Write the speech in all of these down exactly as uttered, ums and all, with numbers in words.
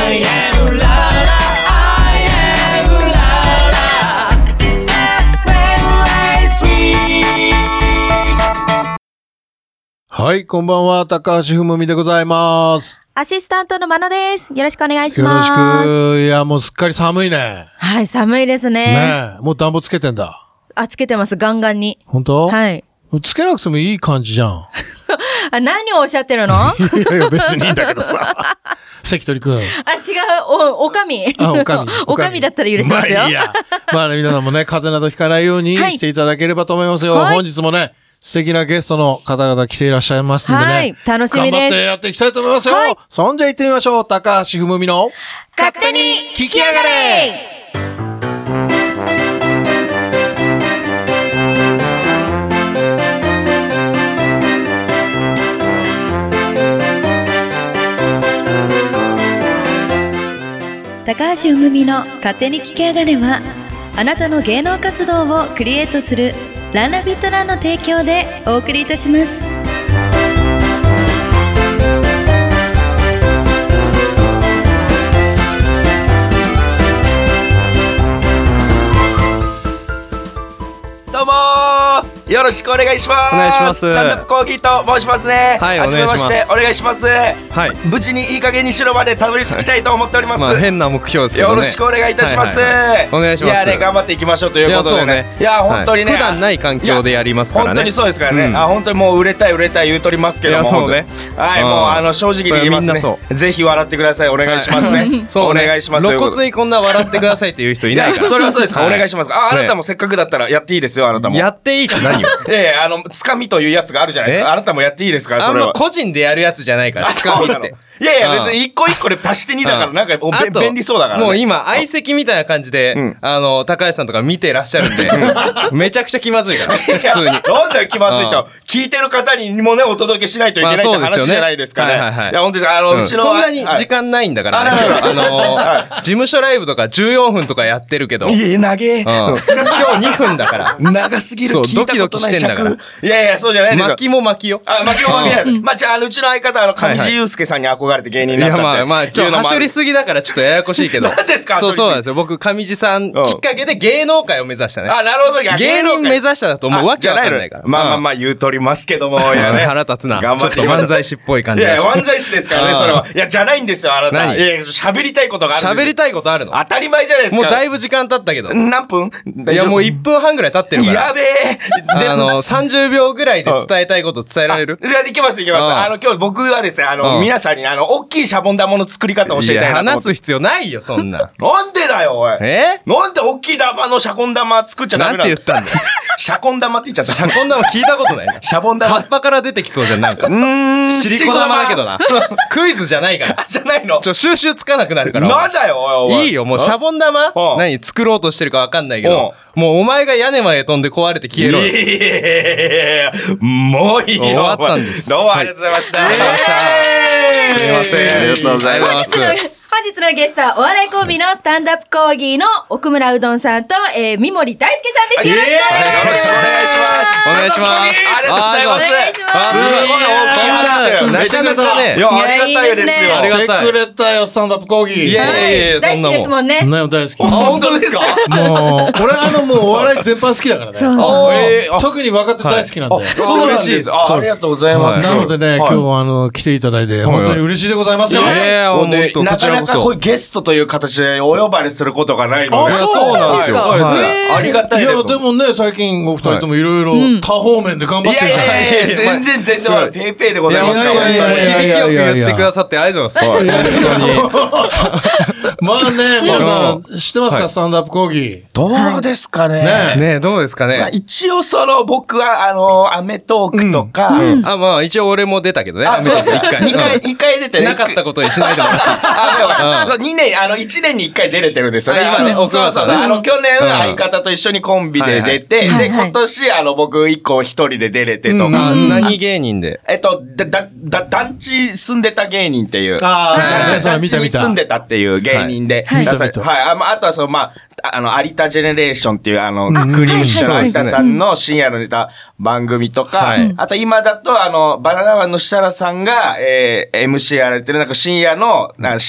I am la la I am la la エフエムエースリーはい、こんばんは、高橋ふむみでございます。 アシスタントのまのです。よろしくお願いします。 よろしく。いや、もうすっかり寒いね。 はい、寒いですね。 ねえ、もう暖房つけてんだ。 あ、つけてます、ガンガンに。 本当？ はい。 つけなくてもいい感じじゃん。 あ、何をおっしゃってるの？ いやいや、別にいいんだけどさ。関取くん。あ、違う、 お、おかみ。 あ、おかみ。 おかみだったら許しますよ。 まあいいや。まあね、皆さんもね、風邪などひかないようにしていただければと思いますよ。はい、本日もね、素敵なゲストの方々来ていらっしゃいますんでね。はい、 楽しみです。 頑張ってやっていきたいと思いますよ。はい、そんじゃ行ってみましょう。高橋ふむみの勝手に聞きやがれ。高橋ふむみの勝手に聞きやがれは、あなたの芸能活動をクリエイトするランナビットランの提供でお送りいたします。 どうもー、よろしくお願いします。 お願いします。 スタンダップコーヒーと申しますね。 はい、 はじめまして、お願いします。 はい、 無事にいい加減にしろまでたどり着きたいと思っております。 まあ変な目標ですけどね。よろしくお願いいたします。 はいはいはい、お願いします。 いやね、頑張っていきましょうということでね。いや、本当にね、 普段ない環境でやりますからね。 本当にそうですからね。うん、あ、本当にもう売れたい売れたい言うとりますけども。いや、そうね。はい、もうあの正直に言いますね。ぜひ笑ってください。お願いしますね。 そう、 お願いします。 露骨にこんな笑ってくださいっていう人いないから。 それはそうですか。お願いします。あ、あなたもせっかくだったらやっていいですよ。あなたも。 やっていいって何よ。 ええ、あのつかみというやつがあるじゃないですか。あなたもやっていいですか。それは。 あんま個人でやるやつじゃないから。つかみって。 いやいや、別に一個一個で足してにだから、なんか便利そうだから。 もう今相席みたいな感じで、あの高橋さんとか見てらっしゃるんで、めちゃくちゃ気まずいから普通に。 なんだよ気まずいと。聞いてる方にもねお届けしないといけないって話じゃないですかね。いや本当にあのうちのそんなに時間ないんだから。あの事務所ライブとかじゅうよんぷんとかやってるけど。 いや長え。 今日にふんだから。 長すぎる。 ドキドキしてんだから。 いやいやそうじゃないですよ。 巻きも巻きよ。 あ巻きも巻き。まあじゃあうちの相方あの上地雄介さんに憧れて芸人になった。 まあまあちょっとはしょりすぎだからちょっとややこしいけど。 何ですか。 そうそうなんですよ。僕上地さんきっかけで芸能界を目指したね。 あなるほど。 芸人目指しただともうわけわかんないから。 まあまあまあ言うとりますけども。いやね腹立つな。ちょっと漫才師っぽい感じ。 いや漫才師ですからねそれは。いやじゃないんですよあなた。いや喋りたいことがある。 喋りたいことあるの。 当たり前じゃないですか。 もうだいぶ時間経ったけど。 何分？ いやもういっぷんはんぐらい経ってるから。 やべえ。 あのさんじゅうびょうぐらいで伝えたいこと伝えられる？ じゃあいけますいけます。あの今日僕はですねあの皆さんにあの大きいシャボン玉の作り方を教えたいなと思って。 話す必要ないよそんな。 なんでだよおい。え？なんで大きい玉のシャコン玉作っちゃダメなの？ なんて言ったんだよ。 シャコン玉って言っちゃった。 シャコン玉聞いたことないな。 シャボン玉。 カッパから出てきそうじゃんなんか。うーん。 シリコ玉だけどな。クイズじゃないから。 じゃないの。 ちょ収集つかなくなるから。 なんだよおいおい。 いいよもうシャボン玉何作ろうとしてるかわかんないけど。もうお前が屋根まで飛んで壊れて消えろよ。 いやいやもういいよ。 終わったんです。 どうもありがとうございました。 ありがとうございました。すいません。ありがとうございます。 本日のゲストはお笑いコンビのスタンダップコーギーの奥村うどんさんと、えー、三森大輔さんです。よろしくお願いします。 よろしくお願いします。 お願いします。 ありがとうございます。 お願いします。 すごい大きい拍手。 なかなかね。 いやありがたいですよ。 ありがたい。 来てくれたよスタンダップコーギー。 いやいやいや大好きですもんね。 ね大好き。 本当ですか。 もう俺あのもうお笑い全般好きだからね。特に若手大好きなんで。 そう嬉しいです。ありがとうございます。 なのでね今日はあの来ていただいて本当に嬉しいでございますよ。 いや本当こちらこそ。 こういうゲストという形でお呼ばれすることがないので。 あ、そうなんですよ。 そうです。ありがたいです。 いや、でもね、最近お二人ともいろいろ多方面で頑張ってるじゃない。 いやいやいや、全然全然、ペイペイでございますから。 いやいやいや、響きよく言ってくださってありがとうございます。本当に。 まあね、皆さん、知ってますか、スタンダップ講義。 どうですかね。 ねねどうですかね。 一応その、僕は、あの、アメトークとか。 あ、まあ一応俺も出たけどね。 あ、そうです。一回。一回、一回出てなかったことにしないでもらって。 あ、にねん、あの、いちねんにいっかい出れてるんですよね。 今ね、 そうそうそう。あの、去年、相方と一緒にコンビで出て、で、今年、あの、僕一個一人で出れてと。 何芸人でえっと、だ、だ、だ、団地住んでた芸人っていう。 ああ、そうね、見た見た。 住んでたっていう芸人で。 はい。はい。 あとは、その、まあ、あの、有田ジェネレーションっていう、あの、クリームシチュー有田さんの深夜のネタ番組とか、あと今だと、あの、バナナマンの設楽さんが、えー、エムシー やられてる、なんか深夜の、シタラン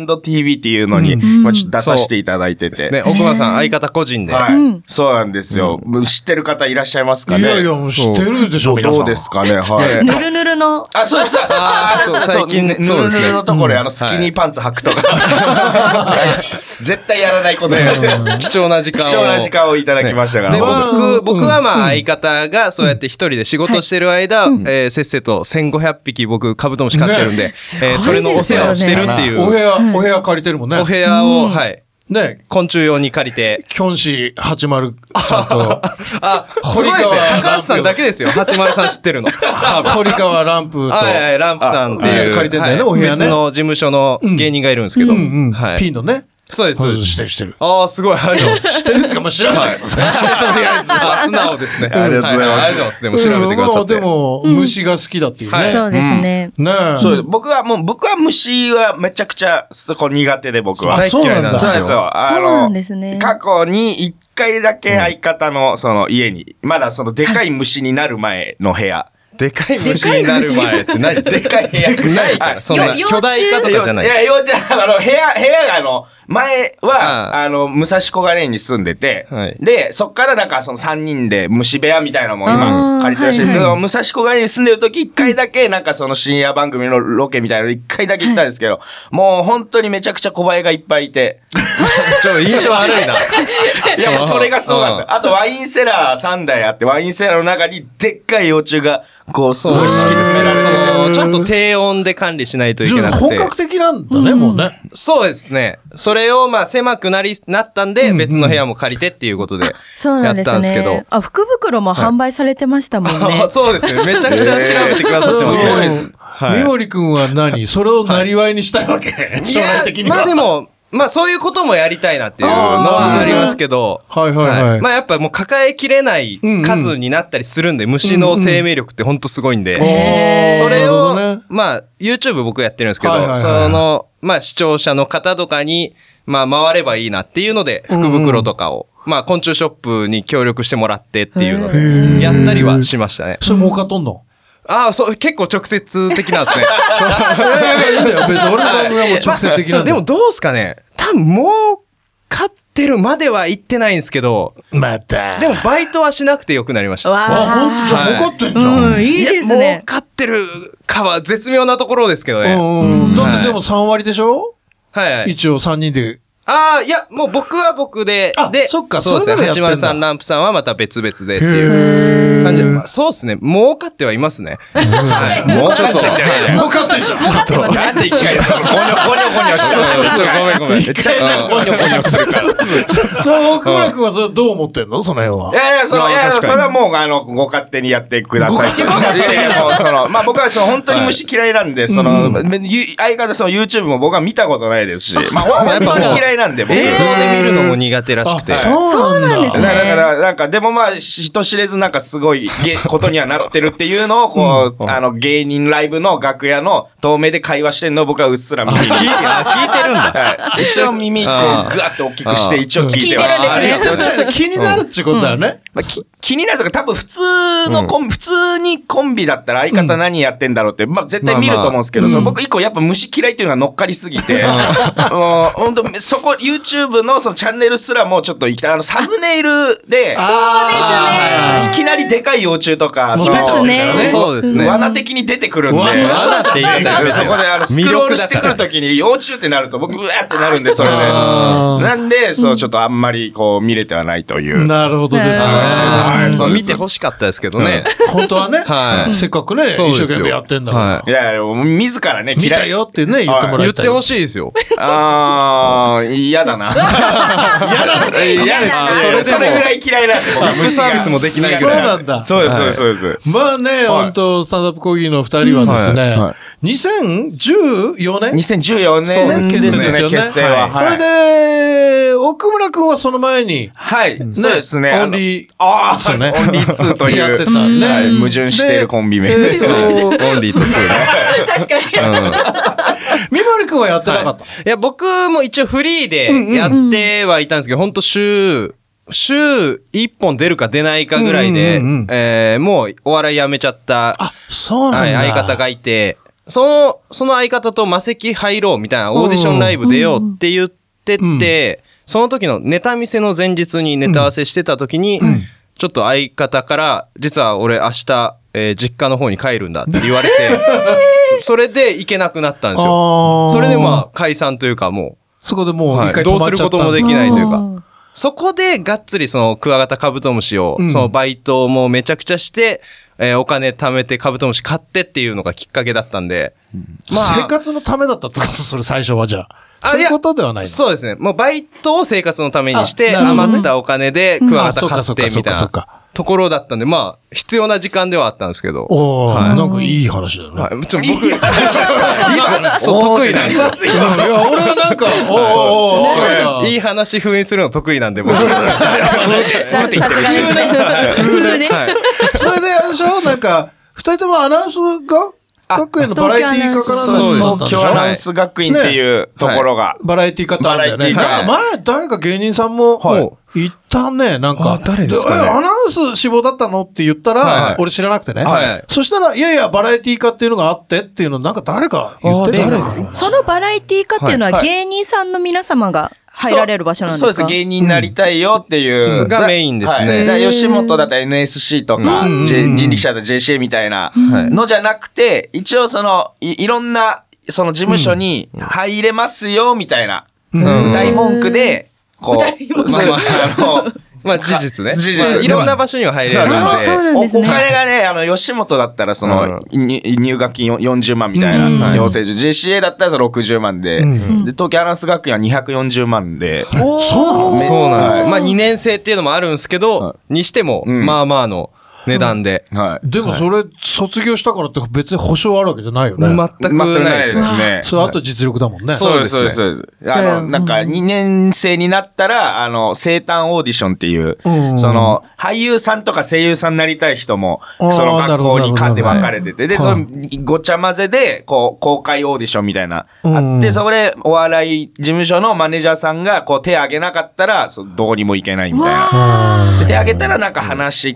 ド ティーブイ っていうのに、まあちょっと出させていただいてて。 ですね。奥間さん、相方個人で。 はい。そうなんですよ。知ってる方いらっしゃいますかね？ いやいや、もう知ってるでしょ、皆さん。 どうですかね、はい。 ぬるぬるの。 あ、そうです。あ、 そう、最近ね。 ぬるぬるのところで、あの、スキニーパンツ履くとか。絶対やらないことで。 貴重な時間を。 貴重な時間をいただきましたから。 で、僕、僕はまあ、相方がそうやって一人で仕事してる間、えせっせとせんごひゃくぴき僕、カブトムシ飼ってるんで、それのお世話をしてるっていう。 お部屋、お部屋借りてるもんね。 お部屋を、はい。 ね、 昆虫用に借りて。 キョンシーはちまるさんと、 あ、堀川。高橋さんだけですよ。はちまるさん知ってるの。 堀川ランプと。 はいはい、ランプさんっていう。 借りてんだよね、お部屋ね。 別の事務所の芸人がいるんですけど。 はい。ピンのね。 そうです、そうです。 してる、してる。 ああ、すごい、ありがとうございます。 してるってか、もう知らないけどね。とりあえず。 あ、素直ですね。 ありがとうございます。 ありがとうございます。でも調べてくださって。 でも、虫が好きだっていうね。 そうですね。 ねえ。 そう、僕はもう、僕は虫はめちゃくちゃ、こう苦手で僕は。 大嫌いなんですよ。 そうなんですね。 過去に一回だけ相方の、その家に、まだそのでかい虫になる前の部屋。 でかい虫になる前って何でかい部屋ないから。そんな巨大化とかじゃない。 いや、幼稚園、あの、部屋、部屋があの、前は、あの、武蔵小金井に住んでて、で、そっからなんかそのさんにんで虫部屋みたいなのも今借りてるらしいですけど、武蔵小金井に住んでる時一回だけなんかその深夜番組のロケみたいなの一回だけ行ったんですけど、もう本当にめちゃくちゃ小林がいっぱいいて。 ちょっと印象悪いな。いや、もうそれがすごかった。あとワインセラーさんだいあって、ワインセラーの中にでっかい幼虫が、こう、すごい敷き詰められてて、ちょっと低温で管理しないといけなくて。 本格的なんだね、もうね。 そうですね。それを、まあ、狭くなり、なったんで、別の部屋も借りてっていうことで、 そうなんですね。あ、福袋も販売されてましたもんね。 そうですね。めちゃくちゃ調べてくださってますね。 三森くんは何それをなりわいにしたいわけ将来的には。 まあでも、まあそういうこともやりたいなっていうのはありますけど、 はいはいはい。 まあやっぱもう抱えきれない数になったりするんで、虫の生命力ってほんとすごいんで、それを、まあ YouTube 僕やってるんですけど、その、まあ視聴者の方とかに、まあ回ればいいなっていうので、福袋とかを、まあ昆虫ショップに協力してもらってっていうので、やったりはしましたね。 それ儲かっとんの？ ああ、そう、結構直接的なんですね。 いやいやいや、いいんだよ。別に俺の番組はもう直接的なんだよ。 でもどうすかね？多分儲かってるまでは言ってないんですけど、 また。 でもバイトはしなくてよくなりました。 わあ、ほんとじゃあ儲かってんじゃん。 うん、いいですね。 儲かってるかは絶妙なところですけどね。 うん。だってでもさん割でしょ？ はいはい。 一応さんにんで。 ああ、いや、もう僕は僕で、で、 そっか、 そうですね。はちまるさんランプさんはまた別々でっていう感じ。そうですね。儲かってはいますね。はい。 儲かってんじゃん。儲かってんじゃん。 なんで一回そのゴニョゴニョゴニョしたの？ごめんごめん。めちゃくちゃゴニョゴニョするから。 そう、奥村くんはそれどう思ってんのその辺は。 いやいや、その、いや、それはもう、あの、ご勝手にやってください。ご勝手に。いやいや、その、まあ僕はその本当に虫嫌いなんで、その、相方その YouTube も僕は見たことないですし、まあ本当に嫌いなんで、僕映像で見るのも苦手らしくて。 そうなんですね。 だから、なんか、でもまあ、人知れずなんかすごいことにはなってるっていうのを、こう、あの、芸人ライブの楽屋の透明で会話してんのを僕はうっすら見てる。聞いてるんだ。 一応耳、こう、ぐわっと大きくして、一応聞いては。気になるってことだよね。 気になるとか、多分普通のコンビ、普通にコンビだったら相方何やってんだろうって、まあ絶対見ると思うんですけど、僕一個やっぱ虫嫌いっていうのが乗っかりすぎて、本当そこ、YouTube のそのチャンネルすらもちょっと行きたい。あの、サムネイルで、そうですね。いきなりでかい幼虫とか、 そうですね。 そうですね。 罠的に出てくるんで、 罠って言うんだけど、 そこであの、スクロールしてくるときに幼虫ってなると僕、うわーってなるんで、それで。なんで、そう、ちょっとあんまりこう、見れてはないという。 なるほどですね。 見てほしかったですけどね。 本当はね。 はい。 せっかくね、一生懸命やってんだから。 いやいや、自らね、 見たよってね、言ってもらいたい。 言ってほしいですよ。 あー、嫌だな。嫌だ。嫌です。それ、それぐらい嫌いなんで、僕はリップサービスもできないぐそうらい。 なんだ。 そうです、そうです、そうです。 まあね、本当スタンダップコーヒーの二人はですね、にせんじゅうよねん ?にせんじゅうよねんですね、結成は。 それで、奥村くんはその前に、 はい、そうですね。 オンリー、 ああ、オンリーツーという。 やってたね。 矛盾しているコンビ名。 オンリーとツーね。 確かに。 みまりくんはやってなかった。 いや、僕も一応フリーでやってはいたんですけど、ほんと週、週一本出るか出ないかぐらいで、えー、もうお笑いやめちゃった、 あ、そうなんだ。 相方がいて、 その、その相方と魔石入ろうみたいなオーディションライブ出ようって言ってて、その時のネタ見せの前日にネタ合わせしてた時に、ちょっと相方から、実は俺明日、えー、実家の方に帰るんだって言われて、それで行けなくなったんですよ。それでまあ解散というかもう、 そこでもう一回止まっちゃった、 はい、どうすることもできないというか、そこでがっつりそのクワガタカブトムシを、そのバイトもめちゃくちゃして、えー、お金貯めてカブトムシ買ってっていうのがきっかけだったんで、 まあ、生活のためだったってことそれ最初はじゃあ。そういうことではないの？ そうですね。もうバイトを生活のためにして、余ったお金でクワガタ買ってみたいなところだったんで、まあ、必要な時間ではあったんですけど。 おー、はい、なんかいい話だよね。はい、 ちょ僕、いい話ですか？そう、得意なんですよ。いや、俺はなんか、 おーおー、いい話封印するの得意なんで、僕。そうさすがですね。風ね。 それで、あれでしょなんか、二人ともアナウンスが学園のバラエティー科からなんです東京アナウンス学院っていうところが。 バラエティー科ってあるんだよね。なんか前、誰か芸人さんも、言ったね、なんか。 誰ですかね。 アナウンス志望だったのって言ったら、俺知らなくてね。そしたら、いやいや、バラエティー科っていうのがあってっていうの、なんか誰か言ってたの。 そのバラエティー科っていうのは芸人さんの皆様が入られる場所なんですか？ そうです。芸人になりたいよっていう。 がメインですね。 吉本だったら エヌエスシー とか、人力車だったら ジェーシーエー みたいなのじゃなくて、一応その、いろんな、その事務所に入れますよ、みたいな、大文句で、こう、あの、 まあ事実ね。事実。いろんな場所には入れるので。 お金がね、あの、吉本だったらその、入学金よんじゅうまんみたいな養成所。ジェーシーエー だったらそのろくじゅうまんで、で、東京アナウンス学院はにひゃくよんじゅうまんで。 そうそうなんですよ。まあにねん生っていうのもあるんですけど、にしても、まあまあの、値段で。 はい。でもそれ、卒業したからって別に保証あるわけじゃないよね。 全くないですね。 それあと実力だもんね。 そうです、そうです、そうです。あの、なんかにねん生になったら、あの、生誕オーディションっていう、その、俳優さんとか声優さんになりたい人も、その学校にかで分かれてて、で、その、ごちゃ混ぜで、こう、公開オーディションみたいな、あって、そこでお笑い事務所のマネージャーさんが、こう、手挙げなかったら、どうにもいけないみたいな。で、手挙げたらなんか話して、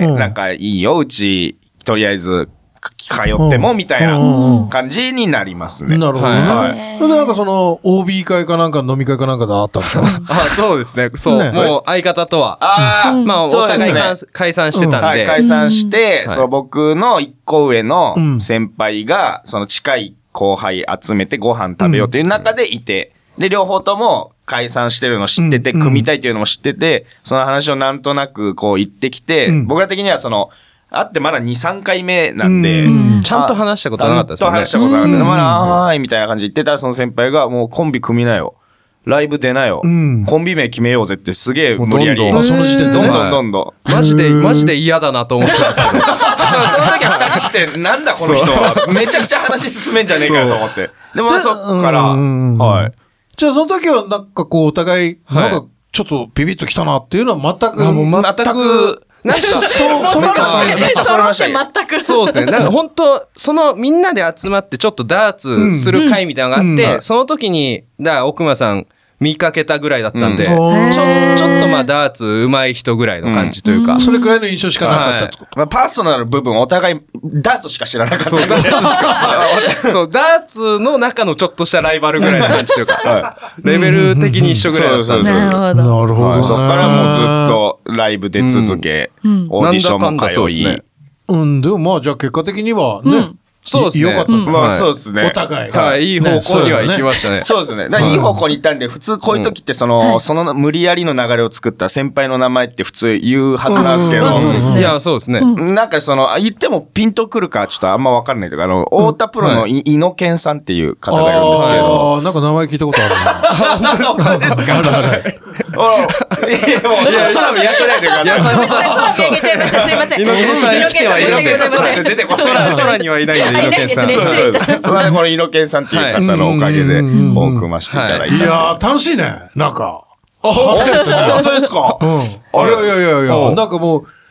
なんか、いいよ、うち、とりあえず、通っても、みたいな感じになりますね。 なるほどね。それでなんかその、オービー 会かなんか飲み会かなんかであったんですか？ あ、そうですね。そう。もう相方とは。ああ、まあ、お互い解散してたんで。 解散して、その僕の一個上の先輩が、その近い後輩集めてご飯食べようという中でいて、で、両方とも解散してるの知ってて、組みたいっていうのも知ってて、その話をなんとなくこう言ってきて、僕ら的にはその、会ってまだに、さんかいめなんで、 ちゃんと話したことなかったですね。 ちゃんと話したことなかった。まだ、はーい、みたいな感じで言ってたら、その先輩が、もうコンビ組みなよ。ライブ出なよ。コンビ名決めようぜってすげえ無理やり。 その時点でどんどんどんどん。マジで、マジで嫌だなと思ってたんですけど。 そう、その時は二人して、なんだこの人は。めちゃくちゃ話進めんじゃねえかよと思って。でもそっから、はい。 じゃあその時はなんかこうお互い、なんかちょっとビビッときたなっていうのは全く、 全く、なんか、そう、 そうか、めっちゃ揃いましたね。 全く。 そうですね。なんか本当そのみんなで集まってちょっとダーツする会みたいなのがあって、その時に、だから奥間さん見かけたぐらいだったんで、ちょ、ちょっとまあダーツ上手い人ぐらいの感じというか。 それくらいの印象しかなかったってこと。 まあパーソナル部分お互いダーツしか知らなかった。そう、ダーツしか。そう、ダーツの中のちょっとしたライバルぐらいの感じというか、レベル的に一緒ぐらいだったんで。 なるほど。 なるほど。 そっからもうずっとライブ出続け、オーディションも通い。 うん、でもまあじゃあ結果的にはね、 そうですね。 よかったですね。 まあそうですね。 お互い。 はい、いい方向には行きましたね。 そうですね。いい方向に行ったんで、普通こういう時ってその、その無理やりの流れを作った先輩の名前って普通言うはずなんですけど。 そうですね。 いや、そうですね。 なんかその、言ってもピンとくるかちょっとあんまわかんないというか、あの、太田プロの井野健さんっていう方がいるんですけど。 ああ、なんか名前聞いたことあるな。本当ですか？いや、もう、多分やってないというか。 優しさ。 そう、消えちゃいました。すいません。 井野健さん来てはいるんですよ。出てこない。 空にはいないんで、井野健さん。 失礼いたしました。 この井野健さんっていう方のおかげで、こう組ましていただいて。 いやー、楽しいね。なんか。 あ、本当ですか？ うん。いやいやいやいや、なんかもう、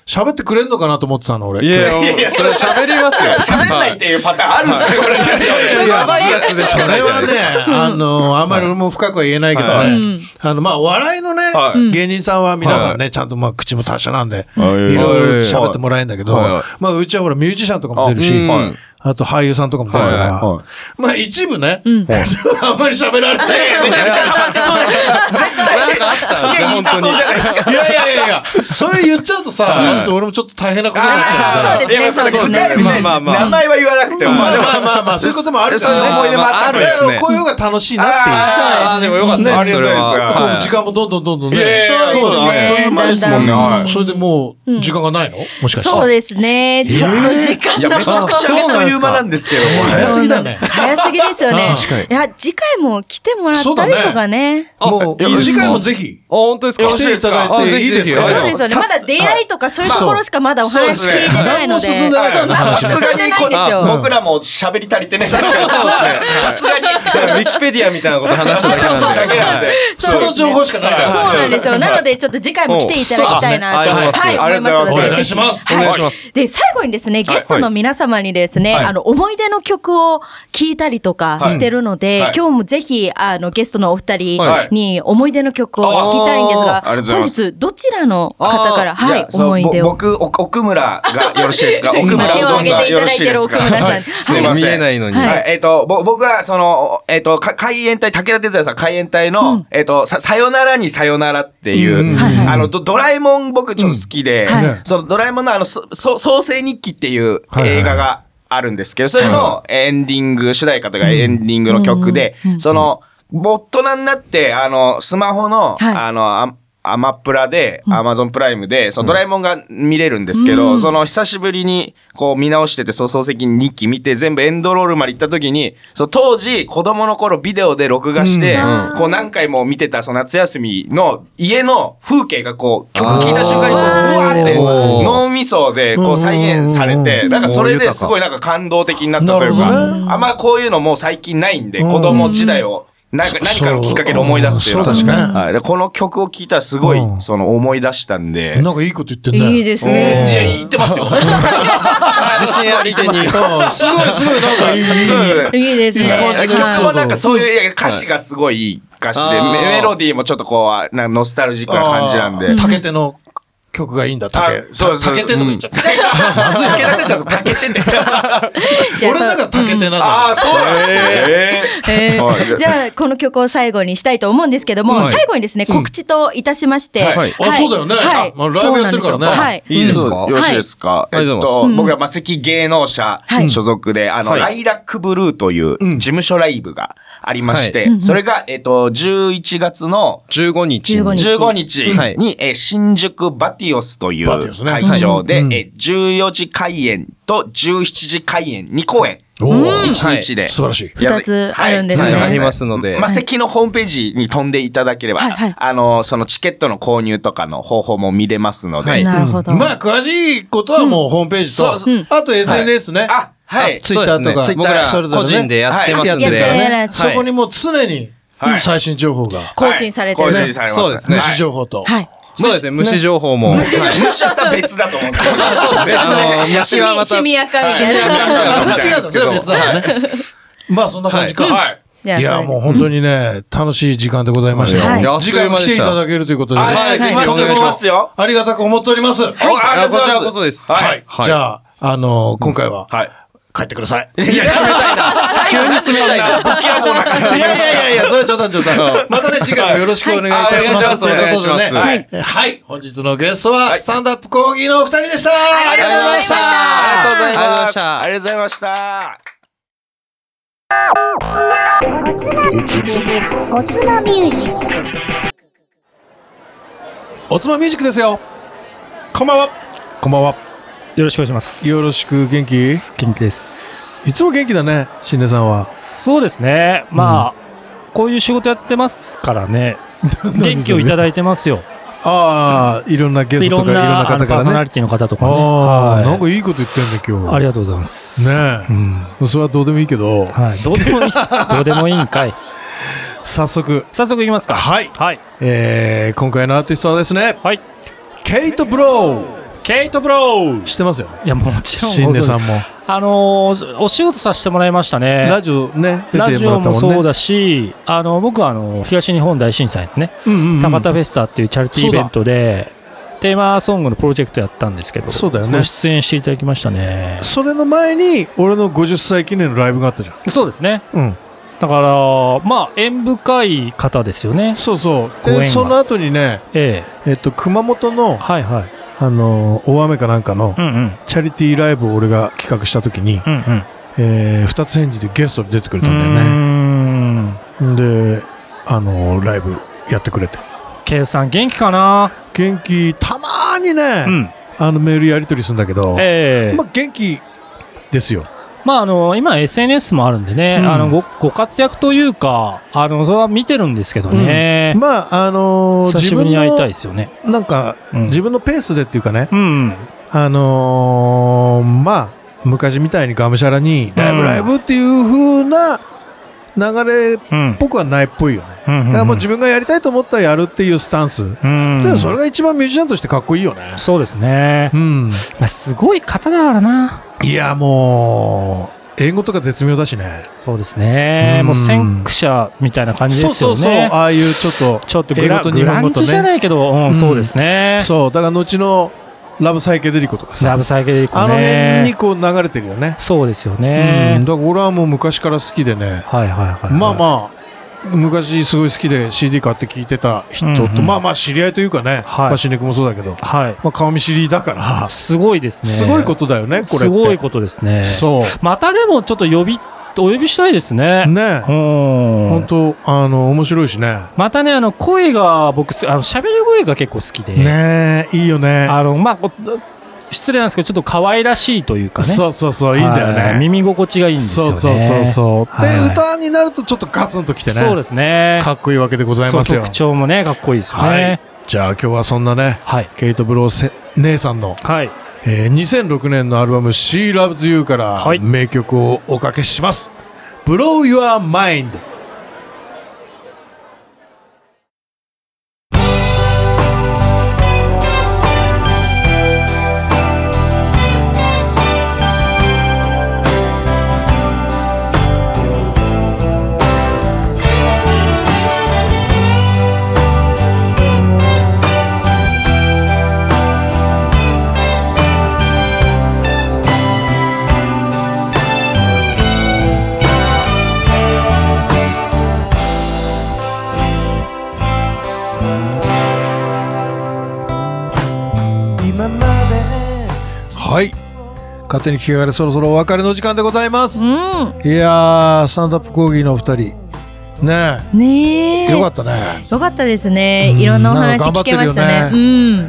喋ってくれんのかなと思ってたの、俺。 いやいや、それ喋りますよ。 喋んないっていうパターンあるんですよ、これ。 やばいやつでしそかないれはね、あの、あんまり俺も深くは言えないけどね。あの、まあ、笑いのね、芸人さんは皆さんね、ちゃんとまあ、口も達者なんで、いろいろ喋ってもらえるんだけど、まあ、うちはほら、ミュージシャンとかも出るし、あと俳優さんとかも出るから、まあ一部ね、あんまり喋られない。 めちゃくちゃ溜まってそうだ絶対すげえ言いたそうじゃないですか。 いやいやいやいや、それ言っちゃうとさ、俺もちょっと大変なことになっちゃう。 そうですね、そうですね。 まあまあまあ。名前は言わなくても。 まあまあまあ、そういうこともあるからね。 そういう思い出もあったんですね。 こういう方が楽しいなっていう。 ああ、でもよかったです。 ありがとうございます。 時間もどんどんどんどんね。 そうですね。だんだん。 それでもう、時間がないのもしかして。 そうですね。ちょっと時間。 いや、めちゃくちゃあっという間なんですけど。 早すぎだね。 早すぎですよね。いや、次回も来てもらったりとかね。 もう、次回もぜひ。 あ、本当ですか？ 来ていただいていいですか？ そうですよね。まだ出会いとかそういうところしかまだお話聞いてないので。 何も進んでない。 そう、何も進んでないんですよ。 僕らも喋り足りてね。さすがに。 ウィキペディアみたいなこと話しただけなんで。 その情報しかないから。 そうなんですよ。なので、ちょっと次回も来ていただきたいなと。はい、思いますので。 お願いします。 お願いします。 で、最後にですね、ゲストの皆様にですね、あの、思い出の曲を聴いたりとかしてるので、今日もぜひ、あの、ゲストのお二人に思い出の曲を聴きたいんですが、本日、どちらの方から、はい、思い出を。 僕、奥村がよろしいですか？奥村手を挙げていただいてる奥村さん。 すいません。 見えないのに。 えっと、僕は、その、えっと、海援隊、武田鉄矢さん海援隊の、えっと、さよならにさよならっていう、あの、ドラえもん僕ちょっと好きで、そのドラえもんのあの、創世日記っていう映画があるんですけど、それのエンディング、主題歌とかエンディングの曲で、その、大人になって、あの、スマホの、あの、アマプラで、アマゾンプライムで、そのドラえもんが見れるんですけど、うん、その久しぶりにこう見直してて、そう漱石日記見て全部エンドロールまで行った時に、その当時子供の頃ビデオで録画して、うん、こう何回も見てたその夏休みの家の風景がこう曲聴いた瞬間にこう、うわーって脳みそでこう再現されて、なんかそれですごいなんか感動的になったというか、あんまこういうのもう最近ないんで、子供時代を、なんか何かのきっかけで思い出すっていうのは。 そう確かに。 はい。この曲を聴いたらすごい、その思い出したんで。 なんかいいこと言ってんね。 いいですね。 いや、言ってますよ。 自信ありげに。すごいすごいなんかいい。 いいですね。 曲もなんかそういう歌詞がすごいいい歌詞で、メロディーもちょっとこう、ノスタルジックな感じなんで。 竹手の曲がいいんだ、竹。 そうそう。 竹手とか言っちゃった。 まずい。竹手ですよ、竹手って。 俺なんか竹手なんだ。 ああ、そうなんですね。じゃあ、この曲を最後にしたいと思うんですけども、最後にですね、告知といたしまして。 あ、そうだよね。ライブやってるからね。 はい。 いいですか？ よろしいですか？えっと、僕ら、ま、関芸能者所属で、あの、ライラックブルーという事務所ライブがありまして、それが、えっと、じゅういちがつのじゅうごにち。 じゅうごにちに、新宿バティオスという会場で、じゅうよじ開演とじゅうしちじ開演にこうえん。いちにちで。 素晴らしい。 二つあるんですね。 ありますので。 まあ、席のホームページに飛んでいただければ、あの、そのチケットの購入とかの方法も見れますので。 なるほど。 まあ、詳しいことはもうホームページと、あと エスエヌエス ね。 あ、はい。 ツイッターとか。 僕ら個人でやってますんで。 そこにもう常に最新情報が更新されてる。 更新されます。 そうですね。 虫情報と。 はい。 そうですね、虫情報も。 虫はまた別だと思うんですよ。別で。虫はまた。 シミアカみたいな。 違うんですけど、別だからね。まあ、そんな感じか。はい。いや、もう本当にね、楽しい時間でございましたよ。次回も来ていただけるということで。 はい、来ます、来ますよ。 ありがたく思っております。はい。 こちらこそです。 はい。じゃあ、あの、今回は。はい。帰ってください。 いや、冷たいな。急に冷たいな。不器用な感じ。 いやいやいや、それは冗談冗談。またね、次回もよろしくお願いいたします。ということでね。はい。本日のゲストは、スタンドアップ講義のお二人でした。 ありがとうございました。 ありがとうございました。ありがとうございました。 おつまミュージック。 おつまミュージックですよ。 こんばんは。 こんばんは。 よろしくお願いします。 よろしく。元気？ 元気です。 いつも元気だね、しんねさんは。 そうですね。まあ、うん、こういう仕事やってますからね。元気をいただいてますよ。 ああ、いろんなゲストとかいろんな方からね。 パーソナリティの方とかね。 はい、なんかいいこと言ってんね、今日。 ありがとうございます。 ねえ。うん。それはどうでもいいけど。 はい。どうでもいい。どうでもいいんかい。 早速。 早速いきますか。 はい。 はい。 えー、今回のアーティストはですね。 はい。 ケイト・ブロー。 ケイト・ブロー知ってますよね。 いやもちろん新根さんもあのー、お仕事させてもらいましたね。 ラジオね出てもらったもんね。 ラジオもそうだし、あの僕はあの東日本大震災のね、うんうんうん、高田フェスタっていうチャリティーイベントでテーマソングのプロジェクトやったんですけど、 そうだよね。 出演していただきましたね。 それの前に俺のごじゅっさい記念のライブがあったじゃん。 そうですね。うん。だからまあ縁深い方ですよね。 そうそう。でその後にね、えええっと熊本のはいはい。あの大雨かなんかのチャリティーライブを俺が企画した時に、うんうんえー、二つ返事でゲストで出てくれたんだよね。であのライブやってくれて。 ケイさん元気かな？ 元気。たまーにね、うん、あのメールやり取りするんだけど、えー、まあ元気ですよ。 まああの今 エスエヌエス もあるんでね、うん、あの ご, ご活躍というかあのそれは見てるんですけどね、 うん、まああのー、 久しぶりに会いたいですよね。 なんか、うん、自分のペースでっていうかね、うん、あのー、まあ昔みたいにがむしゃらにライブライブっていう風な流れっぽくはないっぽいよね、うん、だからもう自分がやりたいと思ったらやるっていうスタンス、うん、でもそれが一番ミュージシャンとしてかっこいいよね。 そうですね、うんまあ、すごい方だからな。 いやもう英語とか絶妙だしね。 そうですね、うん、もう先駆者みたいな感じですよね。 そうそうそう、ああいうちょっとちょっとグラグランジじゃないけど、うんうん、そうですね。 そうだから後のラブサイケデリコとかさ、 ラブサイケデリコね、 あの辺にこう流れてるよね。 そうですよね、 うん、だから俺はもう昔から好きでね、はいはいはい、はい、まあまあ昔すごい好きで シーディー 買って聴いてた人と、うんうん、まあまあ知り合いというかね、はい、まあシネクもそうだけど、はいまあ、顔見知りだからすごいですね。 すごいことだよねこれって。 すごいことですね。そうまたでもちょっと呼びお呼びしたいですね。ね、 本当あの面白いしね。 またねあの声が僕あの喋り声が結構好きでね、いいよね。 あのまあ失礼なんですけどちょっと可愛らしいというかね。 そうそうそういいんだよね。 耳心地がいいんですよね。 そうそうそうそうで歌になるとちょっとガツンときてね。そうですね。かっこいいわけでございますよ。 特徴もねかっこいいですよね。はい、 じゃあ今日はそんなね、はい、ケイト・ブロー姉さんの、はいえー、にせんろくねんのアルバム She Loves You から名曲をおかけします。Blow Your Mind。はい、勝手に聞き上がれそろそろお別れの時間でございます、うん、いやースタンドアップ講義のお二人ねえねえよかったね。 よかったですね。いろんなお話聞けましたね。 うん、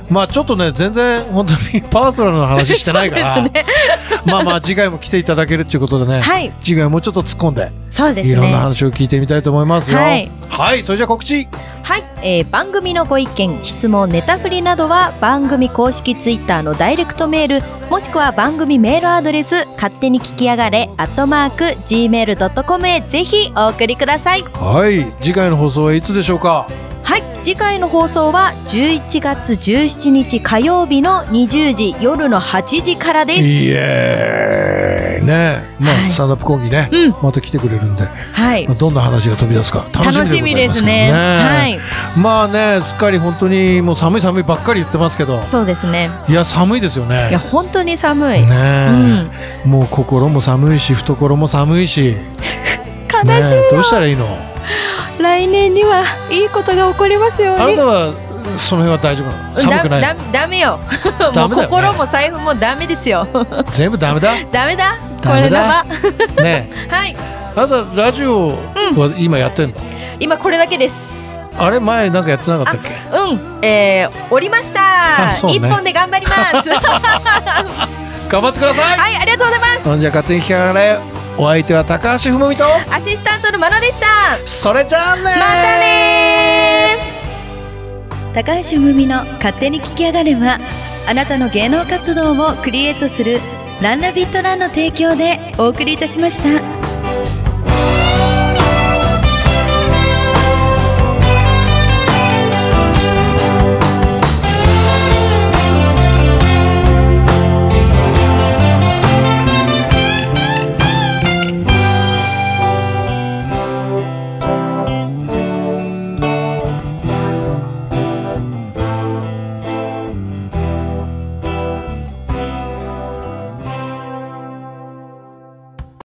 まあちょっとね全然本当にパーソナルな話してないからね、まあまあ次回も来ていただけるっていうことでね、はい、次回もうちょっと突っ込んでそうですねいろんな話を聞いてみたいと思いますよ。はい、はい、それじゃあ告知。 はい、えー、番組のご意見質問ネタ振りなどは番組公式ツイッターのダイレクトメールもしくは番組メールアドレス勝手に聞きやがれアットマーク ジーメールドットコム へぜひお送りください。 はい、次回の放送はいつでしょうか。 はい、次回の放送はじゅういちがつじゅうしちにち火曜日のにじゅうじ夜のはちじからです。 イエーイね、まあ、はい、スタンドアップ講義ね、うん、また来てくれるんで、はい、まあ、どんな話が飛び出すか楽しみでございますけどね。 楽しみですね。はい、 まあねすっかり本当にもう寒い寒いばっかり言ってますけどそうですね。 いや寒いですよね。 いや本当に寒いね、うん、もう心も寒いし懐も寒いし悲しいよ、 ね、どうしたらいいの。 来年にはいいことが起こりますように。 あなたはその辺は大丈夫なの。寒くない。 だダメよもう心も財布もダメですよ全部ダメだダメだこれだねはいあなたラジオは今やってんの、うん、今これだけです。 あれ前なんかやってなかったっけ。 うん、えー、降りました、ね、一本で頑張ります頑張ってください。 はい、ありがとうございます。 ほんじゃ勝手に聞きやがれ。お相手は高橋文美とアシスタントのまのでした。 それじゃあねー、またねー。高橋文美の勝手に聞きやがれはあなたの芸能活動をクリエイトするランナビットランの提供でお送りいたしました。